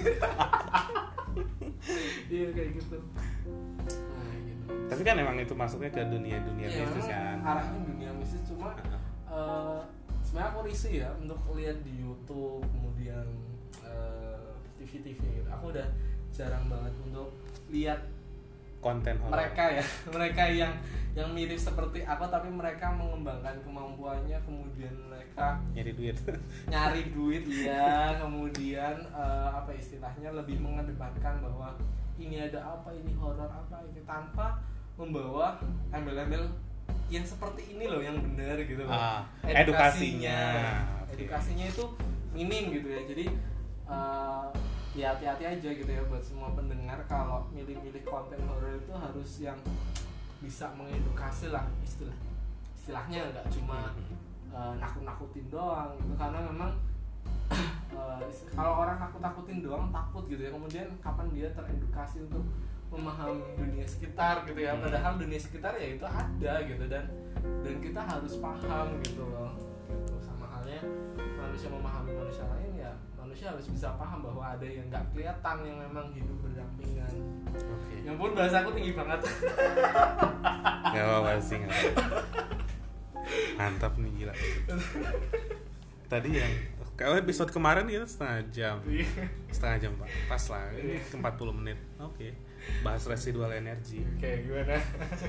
Iya kayak gitu. Nah, gitu. Tapi kan emang itu masuknya ke dunia ya, mistis kan. Arahnya dunia mistis, cuma sebenarnya aku risih ya untuk lihat di YouTube, kemudian TV gitu. Aku udah jarang banget untuk lihat konten horor. Mereka yang mirip seperti aku, tapi mereka mengembangkan kemampuannya, kemudian mereka nyari duit ya, kemudian apa istilahnya, lebih mengedepankan bahwa ini ada apa, ini horor apa ini, tanpa membawa embel-embel yang seperti ini loh yang benar gitu loh. Edukasinya itu minim gitu ya. Jadi ya hati-hati aja gitu ya buat semua pendengar, kalau milih-milih konten horor itu harus yang bisa mengedukasi lah, istilahnya nggak cuma nakut-nakutin doang gitu. Karena memang kalau orang nakut-nakutin doang takut gitu ya, kemudian kapan dia teredukasi untuk memahami dunia sekitar gitu ya. Padahal dunia sekitar ya itu ada gitu, dan kita harus paham gitu loh gitu. Sama halnya manusia memahami manusia lain, ya manusia harus bisa paham bahwa ada yang nggak kelihatan yang memang hidup berdampingan. Ya ampun, bahasa aku tinggi banget. Gak apa-apa sih, mantap nih, gila. Tadi yang kalau episode kemarin itu setengah jam Pak, pas lah. Ini 40 menit. Oke. Bahas residual energi. Oke, gimana?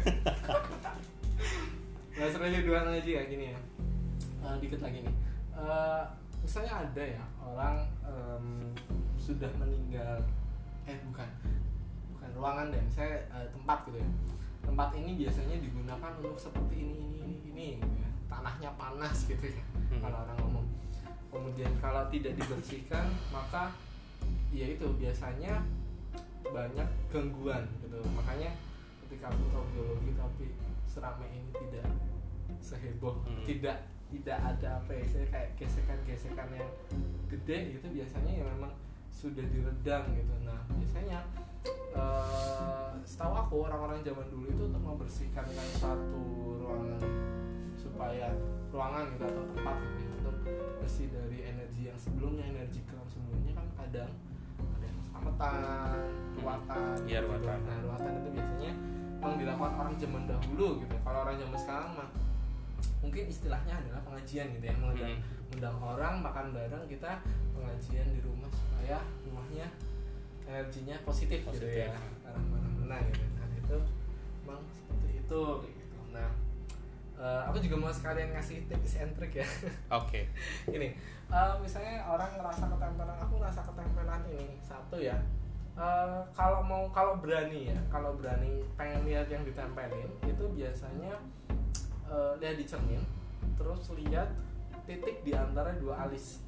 Bahas residual energi kayak gini ya. Dikit lagi nih. Misalnya ada ya orang sudah meninggal, bukan ruangan deh, misalnya tempat gitu ya. Tempat ini biasanya digunakan untuk seperti ini gitu ya. tanahnya panas gitu ya kalau orang ngomong. Kemudian kalau tidak dibersihkan maka ya itu biasanya banyak gangguan gitu. Makanya ketika aku tahu biologi tapi seramai ini tidak seheboh, tidak ada apa ya, saya kayak gesekan yang gede gitu, biasanya ya memang sudah diredam gitu. Nah biasanya setahu aku orang-orang zaman dulu itu untuk membersihkan kan satu ruangan supaya ruangan gitu atau tempat gitu ya, untuk bersih dari energi yang sebelumnya, energi kelam sebelumnya kan kadang ada yang selamatan, ruatan. Iya, ruatan. Nah ruatan itu biasanya memang dilakukan orang zaman dahulu gitu. Kalau orang zaman sekarang mah mungkin istilahnya adalah pengajian gitu ya, mengundang orang makan bareng, kita pengajian di rumah supaya rumahnya energinya positif gitu ya, arah mana-mana gitu. Nah itu memang seperti itu gitu. Nah aku juga mau sekalian ngasih tips and trick ya. Oke. Ini misalnya orang ngerasa ketempelan, aku ngerasa ketempelan ini satu ya. Kalau berani pengen lihat yang ditempelin itu biasanya lihat di cermin, terus lihat titik di antara dua alis.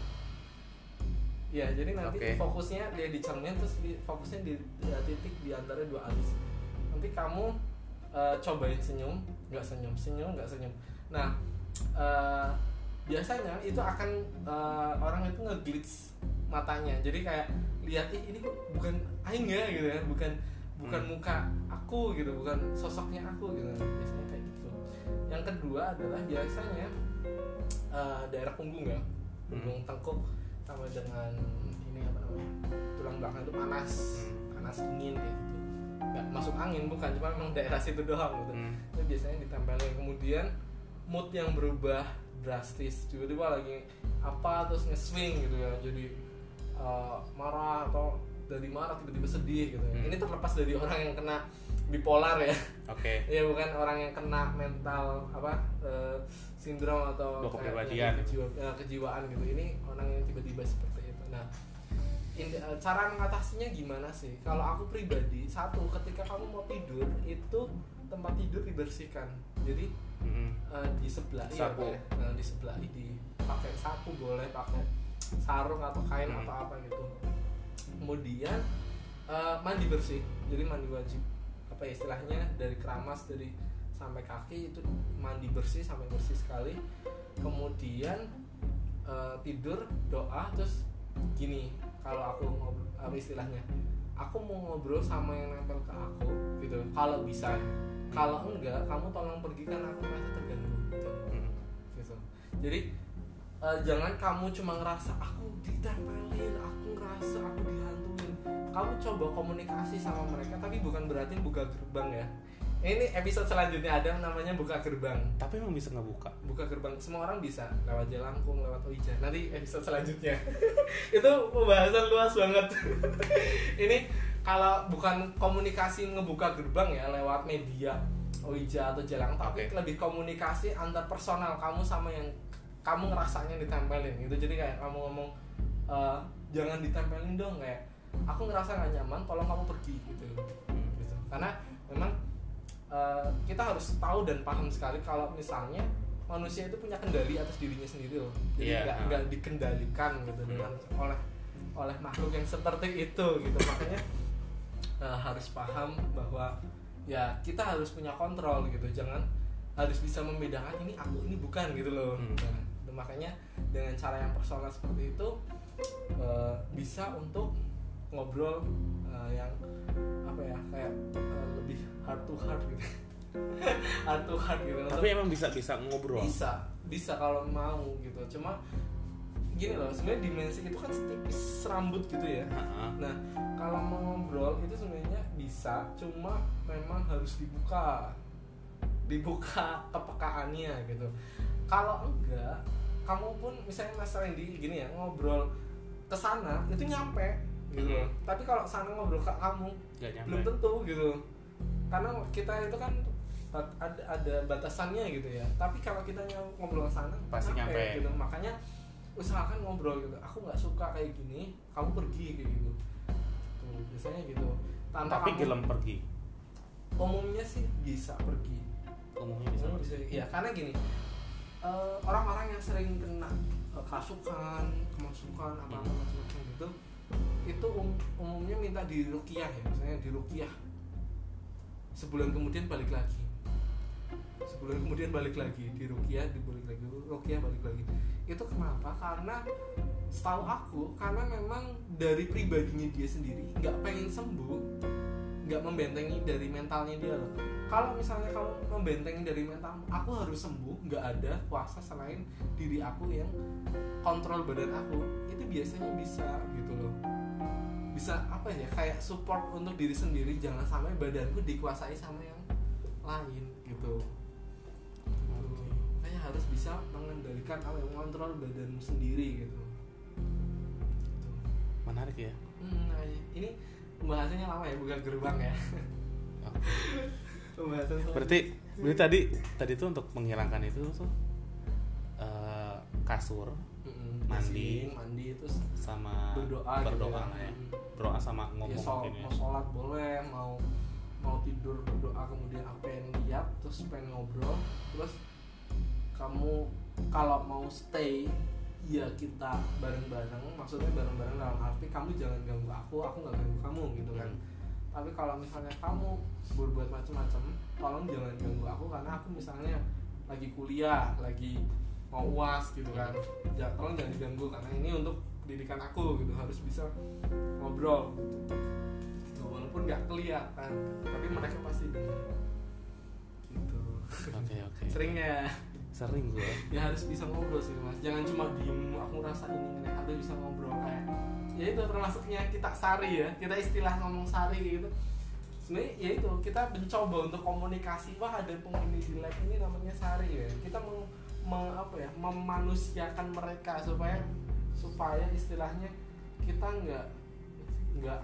Jadi nanti fokusnya lihat di cermin, terus fokusnya di titik di antara dua alis. Nanti kamu cobain senyum. Nah biasanya itu akan orang itu nge-glitch matanya. Jadi kayak lihat ini kok bukan aing ya gitu ya, bukan muka aku gitu, bukan sosoknya aku gitu. Biasanya kayak gitu. Yang kedua adalah biasanya daerah punggung ya, punggung tengkuk sama dengan ini apa namanya, tulang belakang itu panas dingin kayak gitu. Nggak masuk angin bukan, cuma memang daerah situ doang gitu. Itu biasanya ditempelin. Kemudian mood yang berubah drastis, tiba-tiba lagi apa terus nge-swing gitu ya, jadi marah atau dari marah tiba-tiba sedih gitu ya. Ini terlepas dari orang yang kena bipolar ya. Ya bukan orang yang kena mental sindrom atau kepribadian, kejiwaan gitu. Ini orang yang tiba-tiba seperti itu. Nah, cara mengatasinya gimana sih? Kalau aku pribadi, satu, ketika kamu mau tidur itu tempat tidur dibersihkan. Jadi disebelahi sapu. Disebelahi, dipakai sapu, boleh pakai sarung atau kain atau apa gitu. Kemudian mandi bersih. Jadi mandi wajib. Apa istilahnya, dari keramas dari sampai kaki itu mandi bersih sampai bersih sekali. Kemudian tidur, doa, terus gini, kalau aku ngobrol, apa istilahnya, aku mau ngobrol sama yang nempel ke aku gitu, kalau bisa ya. Kalau enggak, kamu tolong pergi kan aku merasa terganggu gitu. Jadi jangan kamu cuma ngerasa aku ditempelin, aku ngerasa aku dihantuin. Kamu coba komunikasi sama mereka, tapi bukan berarti buka gerbang ya. Ini episode selanjutnya ada namanya buka gerbang. Tapi emang bisa ngebuka? Buka gerbang, semua orang bisa, lewat Jelangkung, lewat Oija. Nanti episode selanjutnya. Itu pembahasan luas banget. Ini kalau bukan komunikasi ngebuka gerbang ya lewat media Oija atau Jelangkung, tapi lebih komunikasi antar personal kamu sama yang kamu ngerasanya ditempelin gitu. Jadi kayak kamu ngomong jangan ditempelin dong, kayak aku ngerasa gak nyaman, tolong kamu pergi gitu. Karena memang kita harus tahu dan paham sekali kalau misalnya manusia itu punya kendali atas dirinya sendiri loh. Jadi nggak dikendalikan gitu dengan oleh makhluk yang seperti itu gitu. Makanya harus paham bahwa ya kita harus punya kontrol gitu. Jangan harus bisa membedakan ini aku, ini bukan gitu loh. Nah, makanya dengan cara yang personal seperti itu bisa untuk ngobrol yang apa ya, kayak lebih heart to heart gitu. Heart to heart gitu. Tapi emang bisa ngobrol. Bisa kalau mau gitu. Cuma gini loh, sebenarnya dimensi itu kan setipis rambut gitu ya. Nah, kalau mau ngobrol itu sebenarnya bisa, cuma memang harus dibuka kepekaannya gitu. Kalau enggak, kamu pun misalnya Mas Randy gini ya, ngobrol ke sana itu nyampe gitu. Tapi kalau sana ngobrol ke kamu belum tentu gitu. Karena kita itu kan ada batasannya gitu ya. Tapi kalau kita ngobrol ke sana pasti nyampe gitu. Makanya usahakan ngobrol gitu. Aku nggak suka kayak gini, kamu pergi kayak gitu. Tuh, biasanya gitu. Tapi gelem pergi. Umumnya sih bisa pergi. Umumnya bisa. Ya karena gini, orang-orang yang sering kena kemasukan apa macam-macam itu umumnya minta diruqyah ya, misalnya diruqyah sebulan kemudian balik lagi diruqyah balik lagi. Itu kenapa? Karena setahu aku karena memang dari pribadinya dia sendiri nggak pengen sembuh, nggak membentengi dari mentalnya dia loh. Kalau misalnya kamu membentengi dari mental, aku harus sembuh, nggak ada kuasa selain diri aku yang kontrol badan aku, itu biasanya bisa gitu loh, bisa apa ya, kayak support untuk diri sendiri, jangan sampai badanku dikuasai sama yang lain gitu. Makanya harus bisa mengendalikan apa yang mengontrol badanmu sendiri gitu. Menarik ya. Nah, ini pembahasannya lama ya, bukan gerbang ya. Berarti tadi tuh untuk menghilangkan itu tuh kasur, mandi terus sama berdoa gitu ya. Berdoa sama ngomong ya, mau sholat boleh, mau tidur berdoa, kemudian aku pengen lihat terus pengen ngobrol, terus kamu kalau mau stay ya kita bareng-bareng, maksudnya bareng-bareng dalam arti kamu jangan ganggu aku nggak ganggu kamu gitu kan. Tapi kalau misalnya kamu berbuat macam-macam, tolong jangan ganggu aku, karena aku misalnya lagi kuliah, lagi mau UAS gitu kan, tolong jangan diganggu karena ini untuk pendidikan aku gitu, harus bisa ngobrol gitu. Walaupun nggak kelihatan tapi mereka pasti dengar gitu. Oke. Sering gue ya harus bisa ngobrol sih mas, jangan cuma diem aku rasa ini harus bisa ngobrol. Kayak ya itu termasuknya kita sari ya, kita istilah ngomong sari gitu sebenarnya. Ya itu kita mencoba untuk komunikasi, wah ada penghuni di lab ini namanya sari ya, kita memanusiakan mereka supaya istilahnya kita nggak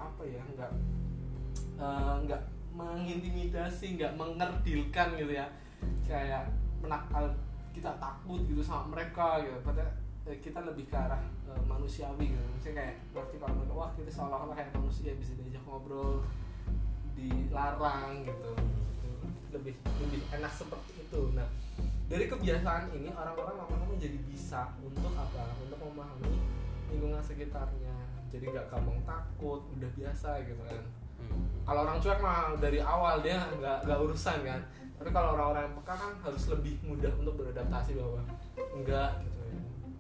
mengintimidasi, nggak mengerdilkan gitu ya, kayak kita takut gitu sama mereka gitu. Padahal kita lebih ke arah manusiawi gitu. Misalnya kayak berarti kalau mereka, wah kita seolah-olah kayak manusia bisa diajak ngobrol, dilarang gitu. Lebih enak seperti itu. Nah, dari kebiasaan ini orang-orang lama-lama jadi bisa untuk apa? Untuk memahami lingkungan sekitarnya. Jadi nggak gampang takut, udah biasa gitu kan. Kalau orang cuek mah dari awal dia nggak urusan kan. Tapi kalau orang-orang yang peka kan harus lebih mudah untuk beradaptasi bahwa enggak gitu ya,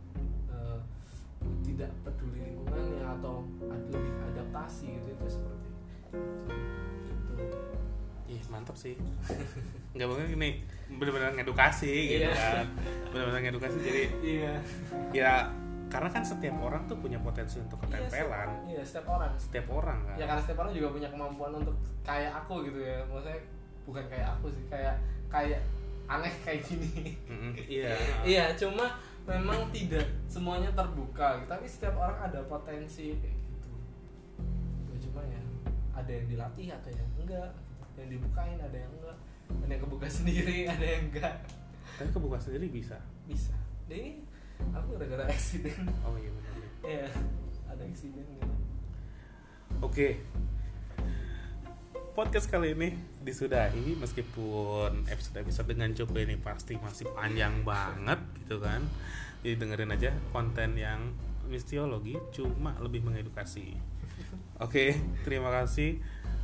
tidak peduli lingkungannya atau lebih adaptasi gitu, itu seperti itu. Ih mantap sih. Nggak mungkin gini, benar-benar ngedukasi gitu kan, benar-benar ngedukasi. Jadi ya karena kan setiap orang tuh punya potensi untuk ketempelan. Iya setiap orang kan. Ya karena setiap orang juga punya kemampuan untuk kayak aku gitu ya, maksudnya bukan kayak aku sih, kayak aneh kayak gini. Iya, cuma memang tidak semuanya terbuka, tapi setiap orang ada potensi kayak gitu. Cuma ya ada yang dilatih, ada yang enggak, yang dibukain ada yang enggak, ada yang kebuka sendiri, ada yang enggak. Tapi kebuka sendiri bisa. Jadi aku gara-gara eksiden. Oh iya benar. Iya, ada eksiden gitu. Oke. Podcast kali ini disudahi, meskipun episode dengan Joko ini pasti masih panjang banget gitu kan. Jadi dengerin aja konten yang mistiologi, cuma lebih mengedukasi. Oke, terima kasih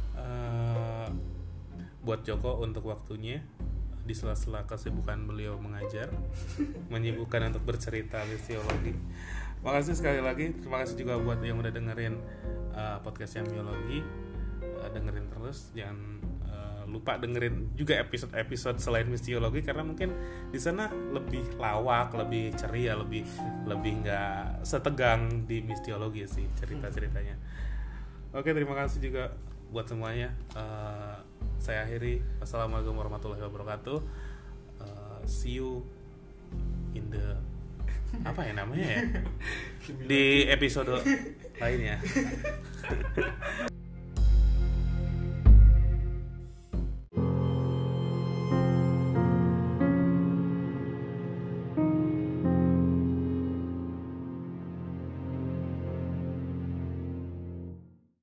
buat Joko untuk waktunya di sela-sela kesibukan beliau mengajar, menyibukkan untuk bercerita mistiologi. Makasih sekali lagi, terima kasih juga buat yang udah dengerin podcastnya Miologi. Dengerin terus, jangan lupa dengerin juga episode selain mistiologi, karena mungkin di sana lebih lawak, lebih ceria, lebih nggak setegang di mistiologi sih cerita-ceritanya. Oke, terima kasih juga buat semuanya. Saya akhiri. Wassalamualaikum warahmatullahi wabarakatuh. See you in the apa ya namanya ya di episode lainnya.